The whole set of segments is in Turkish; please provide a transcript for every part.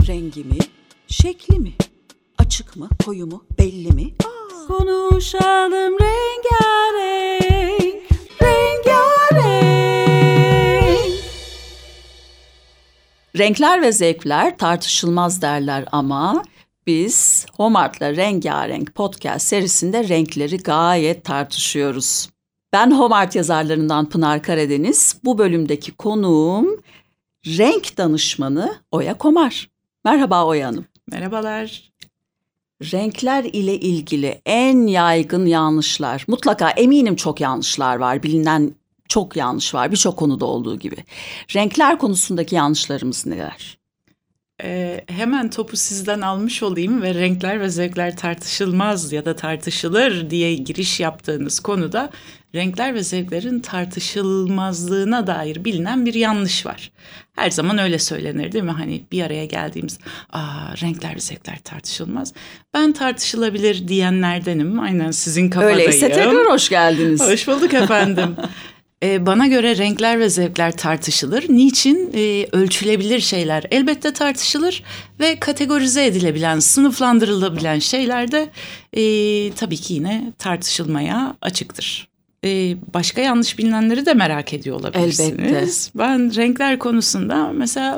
Rengi mi, şekli mi, açık mı, koyu mu, belli mi? Konuşalım rengarenk, rengarenk. Renkler ve zevkler tartışılmaz derler ama biz Homart'la Rengarenk podcast serisinde renkleri gayet tartışıyoruz. Ben Homart yazarlarından Pınar Karadeniz, bu bölümdeki konuğum renk danışmanı Oya Komar. Merhaba Oya Hanım. Merhabalar. Renkler ile ilgili en yaygın yanlışlar, mutlaka eminim çok yanlışlar var, bilinen çok yanlış var, birçok konuda olduğu gibi. Renkler konusundaki yanlışlarımız neler? Hemen topu sizden almış olayım ve renkler ve zevkler tartışılmaz ya da tartışılır diye giriş yaptığınız konuda renkler ve zevklerin tartışılmazlığına dair bilinen bir yanlış var. Her zaman öyle söylenir değil mi? Hani bir araya geldiğimiz renkler ve zevkler tartışılmaz. Ben tartışılabilir diyenlerdenim. Aynen sizin kafadayım. Öyleyse tekrar hoş geldiniz. Hoş bulduk efendim. Bana göre renkler ve zevkler tartışılır. Niçin? Ölçülebilir şeyler elbette tartışılır ve kategorize edilebilen, sınıflandırılabilen şeyler de tabii ki yine tartışılmaya açıktır. Başka yanlış bilinenleri de merak ediyor olabilirsiniz. Elbette. Ben renkler konusunda mesela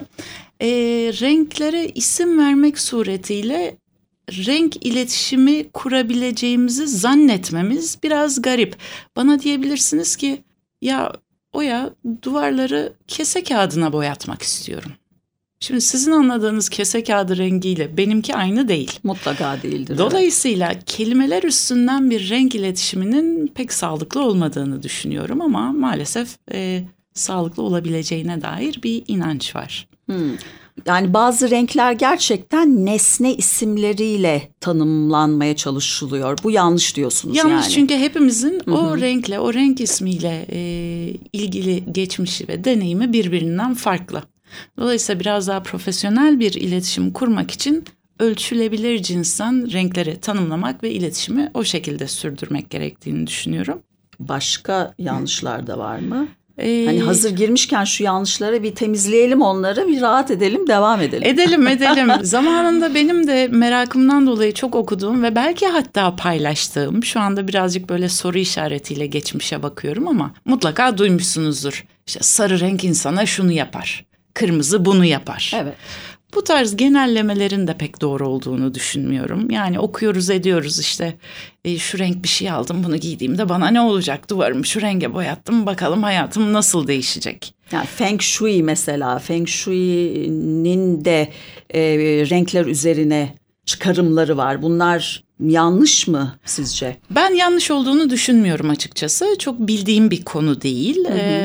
renklere isim vermek suretiyle renk iletişimi kurabileceğimizi zannetmemiz biraz garip. Bana diyebilirsiniz ki ya Oya, duvarları kese kağıdına boyatmak istiyorum. Şimdi sizin anladığınız kese kağıdı rengiyle benimki aynı değil. Mutlaka değildir. Dolayısıyla kelimeler üstünden bir renk iletişiminin pek sağlıklı olmadığını düşünüyorum ama maalesef sağlıklı olabileceğine dair bir inanç var. Yani bazı renkler gerçekten nesne isimleriyle tanımlanmaya çalışılıyor. Bu yanlış diyorsunuz yani. Yanlış çünkü hepimizin o renkle, o renk ismiyle ilgili geçmişi ve deneyimi birbirinden farklı. Dolayısıyla biraz daha profesyonel bir iletişim kurmak için ölçülebilir cinsten renkleri tanımlamak ve iletişimi o şekilde sürdürmek gerektiğini düşünüyorum. Başka yanlışlar da var mı? Hani hazır girmişken şu yanlışları bir temizleyelim, onları bir rahat edelim, devam edelim. Edelim. Zamanında benim de merakımdan dolayı çok okuduğum ve belki hatta paylaştığım, şu anda birazcık böyle soru işaretiyle geçmişe bakıyorum ama mutlaka duymuşsunuzdur. İşte sarı renk insana şunu yapar, kırmızı bunu yapar. Evet. Bu tarz genellemelerin de pek doğru olduğunu düşünmüyorum. Yani okuyoruz ediyoruz işte şu renk bir şey aldım, bunu giydiğimde bana ne olacak, duvarımı şu renge boyattım, bakalım hayatım nasıl değişecek. Yani Feng Shui mesela, Feng Shui'nin de renkler üzerine çıkarımları var. Bunlar yanlış mı sizce? Ben yanlış olduğunu düşünmüyorum açıkçası. Çok bildiğim bir konu değil.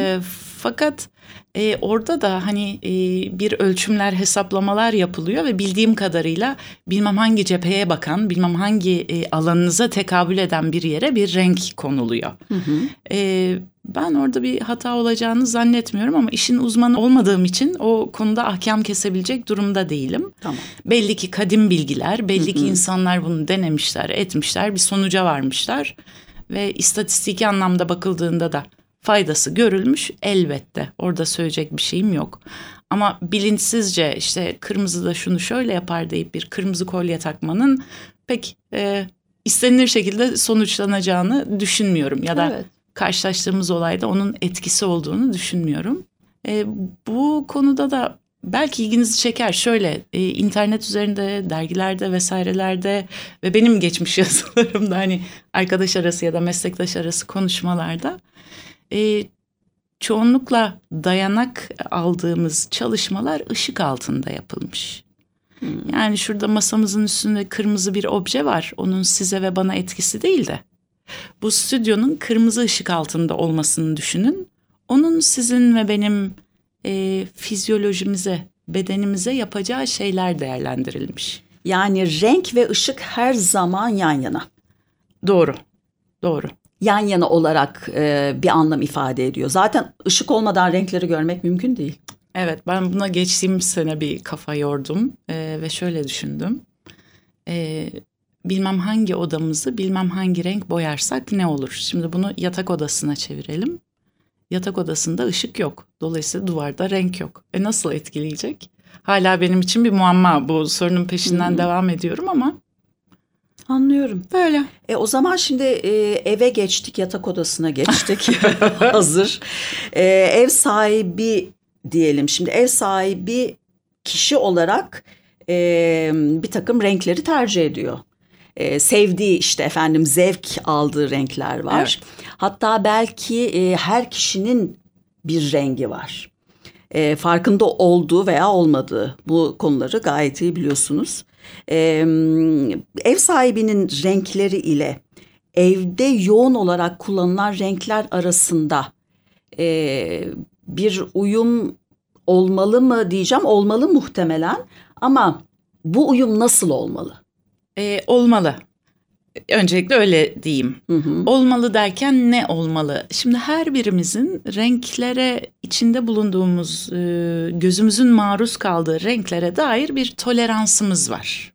Fakat orada da hani bir ölçümler, hesaplamalar yapılıyor ve bildiğim kadarıyla bilmem hangi cepheye bakan, bilmem hangi alanınıza tekabül eden bir yere bir renk konuluyor. Ben orada bir hata olacağını zannetmiyorum ama işin uzmanı olmadığım için o konuda ahkam kesebilecek durumda değilim. Tamam. Belli ki kadim bilgiler, belli ki insanlar bunu denemişler, etmişler, bir sonuca varmışlar ve istatistiki anlamda bakıldığında da faydası görülmüş elbette. Orada söyleyecek bir şeyim yok. Ama bilinçsizce işte kırmızı da şunu şöyle yapar deyip bir kırmızı kolye takmanın pek istenilir şekilde sonuçlanacağını düşünmüyorum. Ya da karşılaştığımız olayda onun etkisi olduğunu düşünmüyorum. Bu konuda da belki ilginizi çeker. Şöyle internet üzerinde, dergilerde vesairelerde ve benim geçmiş yazılarımda hani arkadaş arası ya da meslektaş arası konuşmalarda çoğunlukla dayanak aldığımız çalışmalar ışık altında yapılmış. Yani şurada masamızın üstünde kırmızı bir obje var. Onun size ve bana etkisi değil de bu stüdyonun kırmızı ışık altında olmasını düşünün. Onun sizin ve benim fizyolojimize, bedenimize yapacağı şeyler değerlendirilmiş. Yani renk ve ışık her zaman yan yana. Doğru. Yan yana olarak bir anlam ifade ediyor. Zaten ışık olmadan renkleri görmek mümkün değil. Evet, ben buna geçtiğim sene bir kafa yordum ve şöyle düşündüm. Bilmem hangi odamızı bilmem hangi renk boyarsak ne olur? Şimdi bunu yatak odasına çevirelim. Yatak odasında ışık yok. Dolayısıyla duvarda renk yok. Nasıl etkileyecek? hala benim için bir muamma. Bu sorunun peşinden devam ediyorum ama. Anlıyorum. Böyle. O zaman şimdi eve geçtik, yatak odasına geçtik. Hazır. Ev sahibi diyelim. Şimdi ev sahibi kişi olarak bir takım renkleri tercih ediyor. Sevdiği işte efendim zevk aldığı renkler var. Evet. Hatta belki her kişinin bir rengi var. Farkında olduğu veya olmadığı bu konuları gayet iyi biliyorsunuz. Ev sahibinin renkleri ile evde yoğun olarak kullanılan renkler arasında bir uyum olmalı mı diyeceğim, olmalı muhtemelen ama bu uyum nasıl olmalı? Olmalı. Öncelikle öyle diyeyim. Olmalı derken ne olmalı? Şimdi her birimizin renklere, içinde bulunduğumuz, gözümüzün maruz kaldığı renklere dair bir toleransımız var.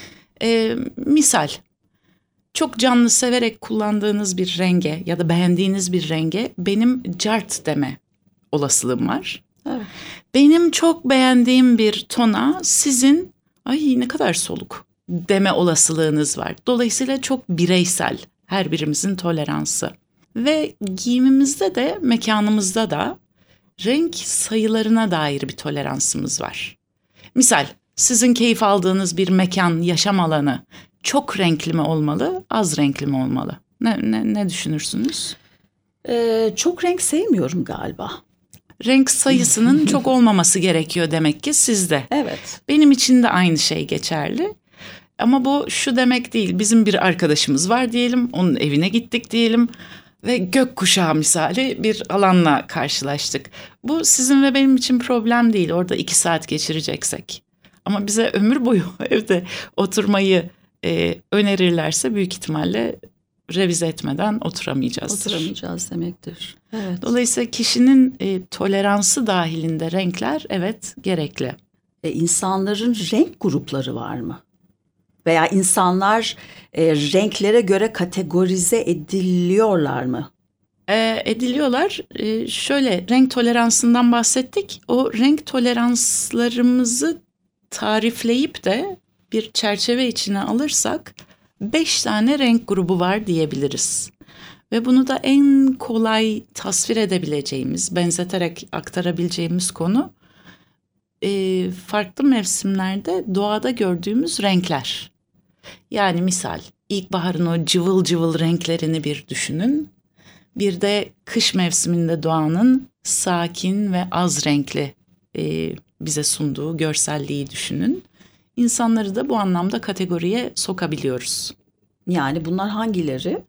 Misal, çok canlı severek kullandığınız bir renge ya da beğendiğiniz bir renge benim cart deme olasılığım var. Evet. Benim çok beğendiğim bir tona sizin ay ne kadar soluk deme olasılığınız var. Dolayısıyla çok bireysel her birimizin toleransı. Ve giyimimizde de mekanımızda da renk sayılarına dair bir toleransımız var. Misal sizin keyif aldığınız bir mekan, yaşam alanı çok renkli mi olmalı, az renkli mi olmalı? Ne düşünürsünüz? Çok renk sevmiyorum galiba. Renk sayısının çok olmaması gerekiyor demek ki sizde. Evet. Benim için de aynı şey geçerli. Ama bu şu demek değil. Bizim bir arkadaşımız var diyelim. Onun evine gittik diyelim. Ve gökkuşağı misali bir alanla karşılaştık. Bu sizin ve benim için problem değil. Orada 2 saat geçireceksek. Ama bize ömür boyu evde oturmayı önerirlerse büyük ihtimalle revize etmeden oturamayacağız. Oturamayacağız demektir. Evet. Dolayısıyla kişinin toleransı dahilinde renkler evet gerekli. İnsanların renk grupları var mı? Veya insanlar renklere göre kategorize ediliyorlar mı? Ediliyorlar. Şöyle renk toleransından bahsettik. O renk toleranslarımızı tarifleyip de bir çerçeve içine alırsak 5 tane renk grubu var diyebiliriz. Ve bunu da en kolay tasvir edebileceğimiz, benzeterek aktarabileceğimiz konu farklı mevsimlerde doğada gördüğümüz renkler. Yani misal ilkbaharın o cıvıl cıvıl renklerini bir düşünün. Bir de kış mevsiminde doğanın sakin ve az renkli bize sunduğu görselliği düşünün. İnsanları da bu anlamda kategoriye sokabiliyoruz. Yani bunlar hangileri?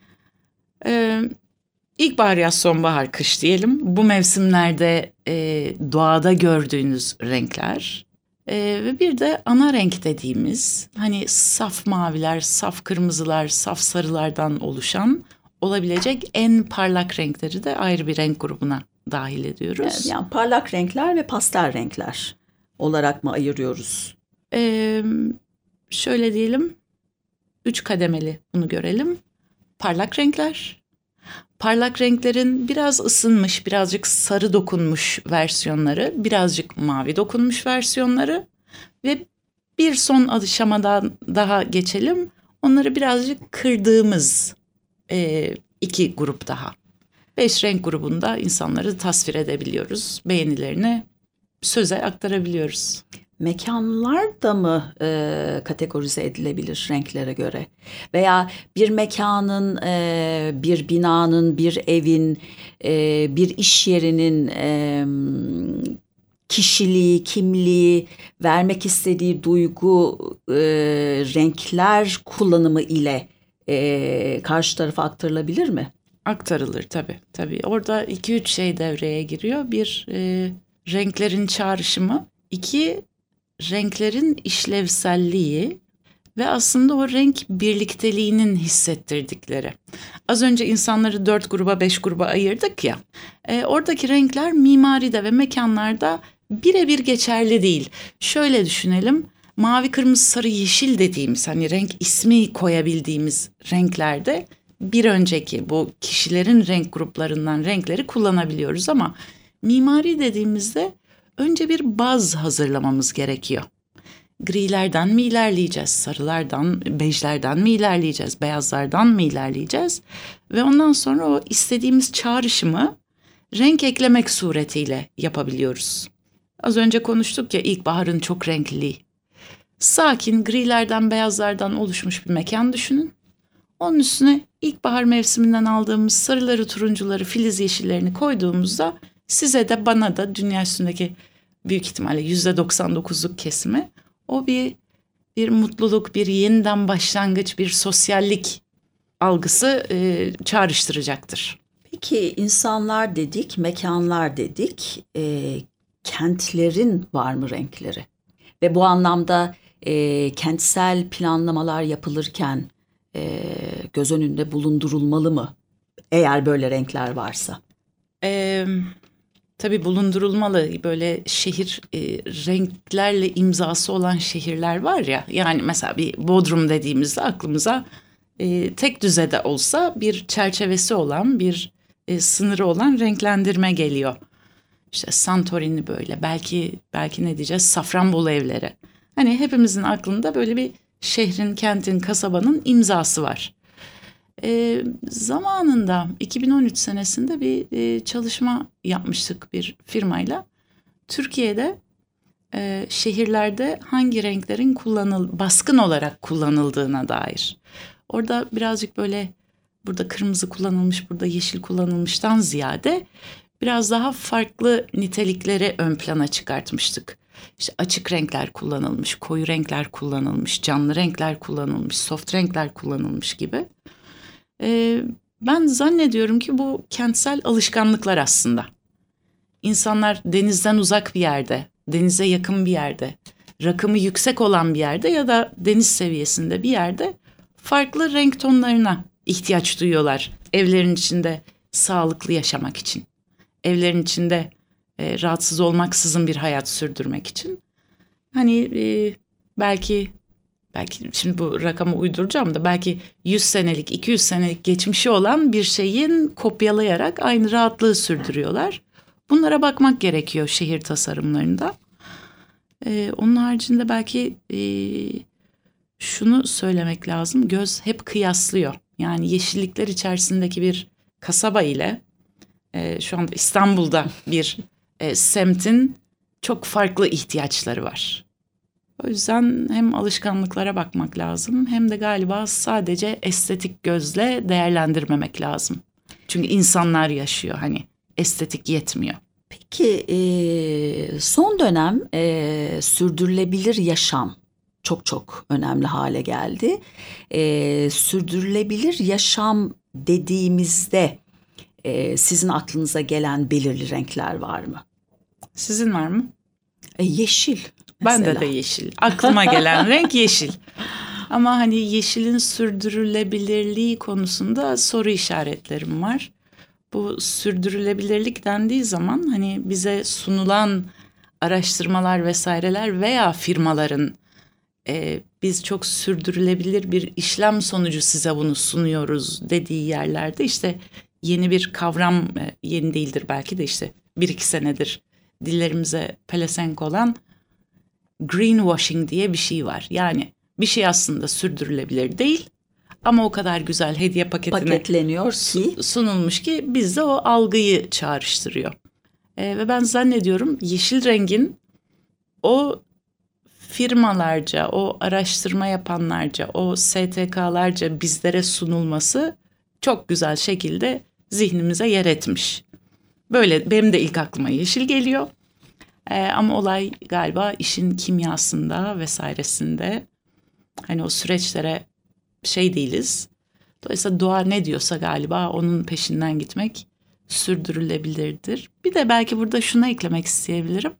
İlkbahar, yaz, sonbahar, kış diyelim. Bu mevsimlerde doğada gördüğünüz renkler. Ve bir de ana renk dediğimiz hani saf maviler, saf kırmızılar, saf sarılardan oluşan olabilecek en parlak renkleri de ayrı bir renk grubuna dahil ediyoruz. Evet, yani parlak renkler ve pastel renkler olarak mı ayırıyoruz? Şöyle diyelim, 3 kademeli bunu görelim. Parlak renkler, parlak renklerin biraz ısınmış, birazcık sarı dokunmuş versiyonları, birazcık mavi dokunmuş versiyonları ve bir son aşamadan daha geçelim. Onları birazcık kırdığımız 2 grup daha. 5 renk grubunda insanları tasvir edebiliyoruz. Beğenilerini söze aktarabiliyoruz. Mekanlar da mı kategorize edilebilir renklere göre? Veya bir mekanın, bir binanın, bir evin, bir iş yerinin kişiliği, kimliği, vermek istediği duygu, renkler kullanımı ile karşı tarafa aktarılabilir mi? Aktarılır tabii. Orada 2-3 şey devreye giriyor. Bir, renklerin çağrışımı. 2, renklerin işlevselliği ve aslında o renk birlikteliğinin hissettirdikleri. Az önce insanları 4 gruba 5 gruba ayırdık ya. Oradaki renkler mimaride ve mekanlarda birebir geçerli değil. Şöyle düşünelim. Mavi, kırmızı, sarı, yeşil dediğimiz hani renk ismi koyabildiğimiz renklerde bir önceki bu kişilerin renk gruplarından renkleri kullanabiliyoruz ama mimari dediğimizde önce bir baz hazırlamamız gerekiyor. Grilerden mi ilerleyeceğiz, sarılardan, bejlerden mi ilerleyeceğiz, beyazlardan mı ilerleyeceğiz? Ve ondan sonra o istediğimiz çağrışımı renk eklemek suretiyle yapabiliyoruz. Az önce konuştuk ya, ilkbaharın çok renkliliği. Sakin grilerden, beyazlardan oluşmuş bir mekan düşünün. Onun üstüne ilkbahar mevsiminden aldığımız sarıları, turuncuları, filiz yeşillerini koyduğumuzda size de bana da dünya üstündeki büyük ihtimalle %99'luk kesimi o bir mutluluk, bir yeniden başlangıç, bir sosyallik algısı çağrıştıracaktır. Peki insanlar dedik, mekanlar dedik, kentlerin var mı renkleri? Ve bu anlamda kentsel planlamalar yapılırken göz önünde bulundurulmalı mı? Eğer böyle renkler varsa. Tabii bulundurulmalı. Böyle şehir renklerle imzası olan şehirler var ya. Yani mesela bir Bodrum dediğimizde aklımıza tek düzede olsa bir çerçevesi olan, bir sınırı olan renklendirme geliyor. İşte Santorini böyle, belki ne diyeceğiz, Safranbolu evleri. Hani hepimizin aklında böyle bir şehrin, kentin, kasabanın imzası var. Zamanında 2013 senesinde bir çalışma yapmıştık bir firmayla. Türkiye'de şehirlerde hangi renklerin baskın olarak kullanıldığına dair. Orada birazcık böyle burada kırmızı kullanılmış, burada yeşil kullanılmıştan ziyade biraz daha farklı nitelikleri ön plana çıkartmıştık. İşte açık renkler kullanılmış, koyu renkler kullanılmış, canlı renkler kullanılmış, soft renkler kullanılmış gibi. Ben zannediyorum ki bu kentsel alışkanlıklar aslında. İnsanlar denizden uzak bir yerde, denize yakın bir yerde, rakımı yüksek olan bir yerde ya da deniz seviyesinde bir yerde farklı renk tonlarına ihtiyaç duyuyorlar evlerin içinde sağlıklı yaşamak için. Evlerin içinde rahatsız olmaksızın bir hayat sürdürmek için. Hani belki şimdi bu rakamı uyduracağım da belki 100 senelik, 200 senelik geçmişi olan bir şeyin kopyalayarak aynı rahatlığı sürdürüyorlar. Bunlara bakmak gerekiyor şehir tasarımlarında. Onun haricinde belki şunu söylemek lazım. Göz hep kıyaslıyor. Yani yeşillikler içerisindeki bir kasaba ile şu anda İstanbul'da bir semtin çok farklı ihtiyaçları var. O yüzden hem alışkanlıklara bakmak lazım hem de galiba sadece estetik gözle değerlendirmemek lazım. Çünkü insanlar yaşıyor, hani estetik yetmiyor. Peki son dönem sürdürülebilir yaşam çok önemli hale geldi. Sürdürülebilir yaşam dediğimizde sizin aklınıza gelen belirli renkler var mı? Sizin var mı? Yeşil. Mesela. Bende de yeşil. Aklıma gelen renk yeşil. Ama hani yeşilin sürdürülebilirliği konusunda soru işaretlerim var. Bu sürdürülebilirlik dendiği zaman hani bize sunulan araştırmalar vesaireler veya firmaların biz çok sürdürülebilir bir işlem sonucu size bunu sunuyoruz dediği yerlerde işte yeni bir kavram, yeni değildir belki de işte 1-2 senedir dillerimize pelesenk olan greenwashing diye bir şey var. Yani bir şey aslında sürdürülebilir değil ama o kadar güzel hediye paketleniyor ki sunulmuş ki bizde o algıyı çağrıştırıyor. Ve ben zannediyorum yeşil rengin o firmalarca, o araştırma yapanlarca, o STK'larca bizlere sunulması çok güzel şekilde zihnimize yer etmiş. Böyle benim de ilk aklıma yeşil geliyor. Ama olay galiba işin kimyasında vesairesinde. Hani o süreçlere şey değiliz. Dolayısıyla doğa ne diyorsa galiba onun peşinden gitmek sürdürülebilirdir. Bir de belki burada şunu eklemek isteyebilirim.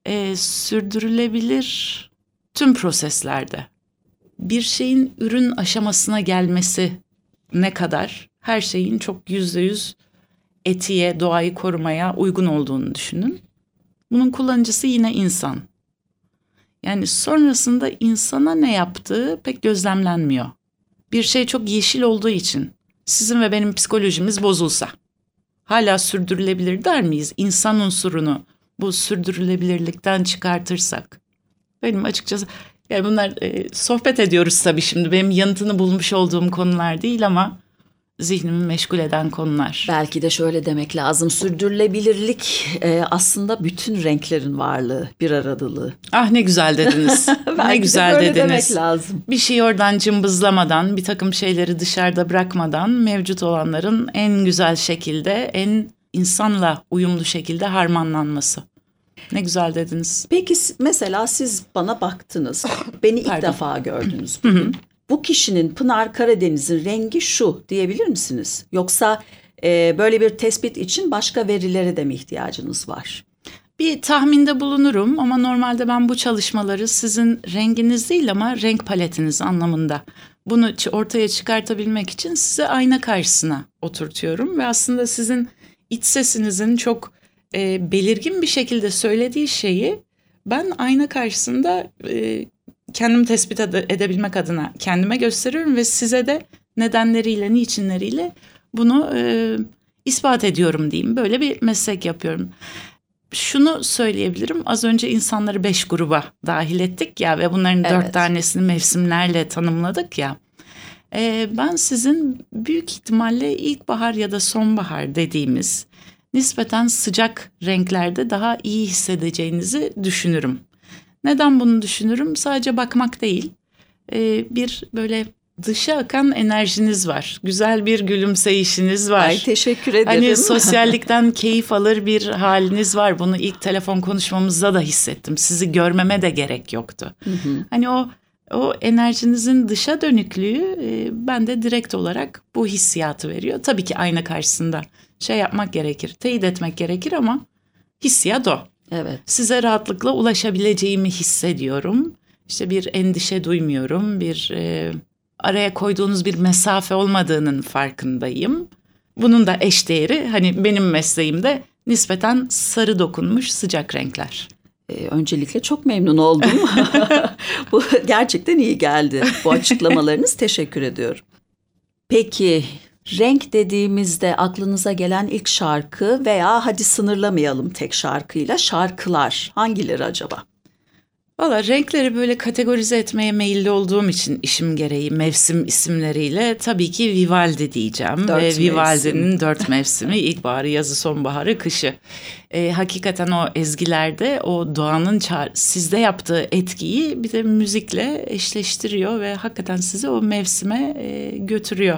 Sürdürülebilir tüm proseslerde bir şeyin ürün aşamasına gelmesi ne kadar her şeyin çok %100 etiğe, doğayı korumaya uygun olduğunu düşünün. Bunun kullanıcısı yine insan. Yani sonrasında insana ne yaptığı pek gözlemlenmiyor. Bir şey çok yeşil olduğu için sizin ve benim psikolojimiz bozulsa hala sürdürülebilir der miyiz? İnsan unsurunu bu sürdürülebilirlikten çıkartırsak. Benim açıkçası yani bunlar sohbet ediyoruz tabii şimdi. Benim yanıtını bulmuş olduğum konular değil ama zihnimi meşgul eden konular. Belki de şöyle demek lazım. Sürdürülebilirlik aslında bütün renklerin varlığı, bir aradılığı. Ah ne güzel dediniz. Ne güzel dediniz. Demek lazım. Bir şey oradan cımbızlamadan, bir takım şeyleri dışarıda bırakmadan mevcut olanların en güzel şekilde, en insanla uyumlu şekilde harmanlanması. Ne güzel dediniz. Peki mesela siz bana baktınız. Beni ilk defa gördünüz bugün. Bu kişinin Pınar Karadeniz'in rengi şu diyebilir misiniz? Yoksa böyle bir tespit için başka verilere de mi ihtiyacınız var? Bir tahminde bulunurum ama normalde ben bu çalışmaları sizin renginiz değil ama renk paletiniz anlamında. Bunu ortaya çıkartabilmek için sizi ayna karşısına oturtuyorum. Ve aslında sizin iç sesinizin çok belirgin bir şekilde söylediği şeyi ben ayna karşısında kendimi tespit edebilmek adına kendime gösteriyorum ve size de nedenleriyle, niçinleriyle bunu ispat ediyorum diyeyim. Böyle bir meslek yapıyorum. Şunu söyleyebilirim, az önce insanları 5 gruba dahil ettik ya ve bunların 4 tanesini mevsimlerle tanımladık ya. Ben sizin büyük ihtimalle ilkbahar ya da sonbahar dediğimiz nispeten sıcak renklerde daha iyi hissedeceğinizi düşünürüm. Neden bunu düşünürüm? Sadece bakmak değil. Bir böyle dışa akan enerjiniz var. Güzel bir gülümseyişiniz var. Ay teşekkür ederim. Hani sosyallikten keyif alır bir haliniz var. Bunu ilk telefon konuşmamızda da hissettim. Sizi görmeme de gerek yoktu. Hani o enerjinizin dışa dönüklüğü bende direkt olarak bu hissiyatı veriyor. Tabii ki ayna karşısında şey yapmak gerekir, teyit etmek gerekir ama hissiyat o. Evet. Size rahatlıkla ulaşabileceğimi hissediyorum. İşte bir endişe duymuyorum. Bir araya koyduğunuz bir mesafe olmadığının farkındayım. Bunun da eşdeğeri hani benim mesleğimde nispeten sarı dokunmuş sıcak renkler. Öncelikle çok memnun oldum. Bu gerçekten iyi geldi. Bu açıklamalarınız teşekkür ediyorum. Peki renk dediğimizde aklınıza gelen ilk şarkı veya hadi sınırlamayalım tek şarkıyla şarkılar hangileri acaba? Valla renkleri böyle kategorize etmeye meyilli olduğum için işim gereği mevsim isimleriyle tabii ki Vivaldi diyeceğim. Ve Vivaldi'nin 4 mevsimi ilkbaharı, yazı, sonbaharı, kışı. Hakikaten o ezgilerde o doğanın sizde yaptığı etkiyi bir de müzikle eşleştiriyor ve hakikaten sizi o mevsime götürüyor.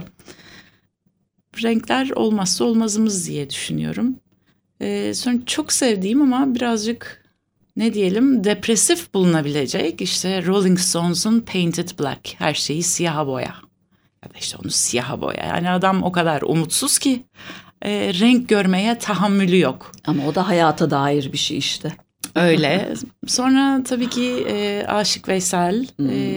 Renkler olmazsa olmazımız diye düşünüyorum. Sonra çok sevdiğim ama birazcık ne diyelim depresif bulunabilecek işte Rolling Stones'un Painted Black, her şeyi siyaha boya. Ya da işte onu siyaha boya. Yani adam o kadar umutsuz ki renk görmeye tahammülü yok. Ama o da hayata dair bir şey işte. Öyle. Sonra tabii ki Aşık Veysel.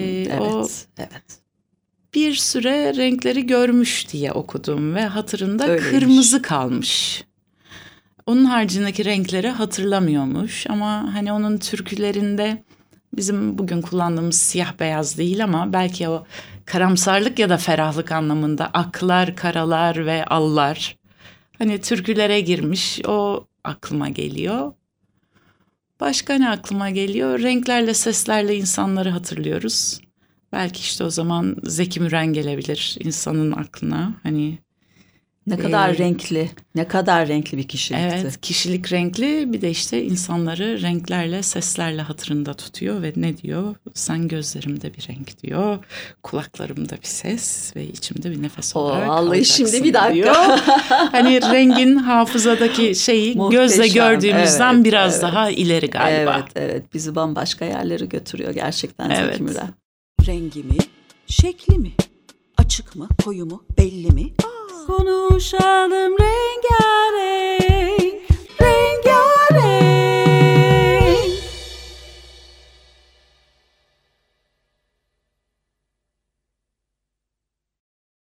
Evet. Bir süre renkleri görmüş diye okudum ve hatırında öyleymiş. Kırmızı kalmış. Onun haricindeki renkleri hatırlamıyormuş ama hani onun türkülerinde bizim bugün kullandığımız siyah beyaz değil ama belki o karamsarlık ya da ferahlık anlamında aklar, karalar ve allar hani türkülere girmiş, o aklıma geliyor. Başka ne aklıma geliyor? Renklerle, seslerle insanları hatırlıyoruz. Belki işte o zaman Zeki Müren gelebilir insanın aklına. Hani ne kadar renkli, ne kadar renkli bir kişilikti. Evet, kişilik renkli, bir de işte insanları renklerle, seslerle hatırında tutuyor ve ne diyor? Sen gözlerimde bir renk diyor, kulaklarımda bir ses ve içimde bir nefes olarak vallahi şimdi bir dakika. diyor. Hani rengin hafızadaki şeyi muhteşem, gözle gördüğümüzden biraz daha ileri galiba. Evet, bizi bambaşka yerlere götürüyor gerçekten Zeki Müren. Rengi mi, şekli mi, açık mı, koyu mu, belli mi? Konuşalım rengi.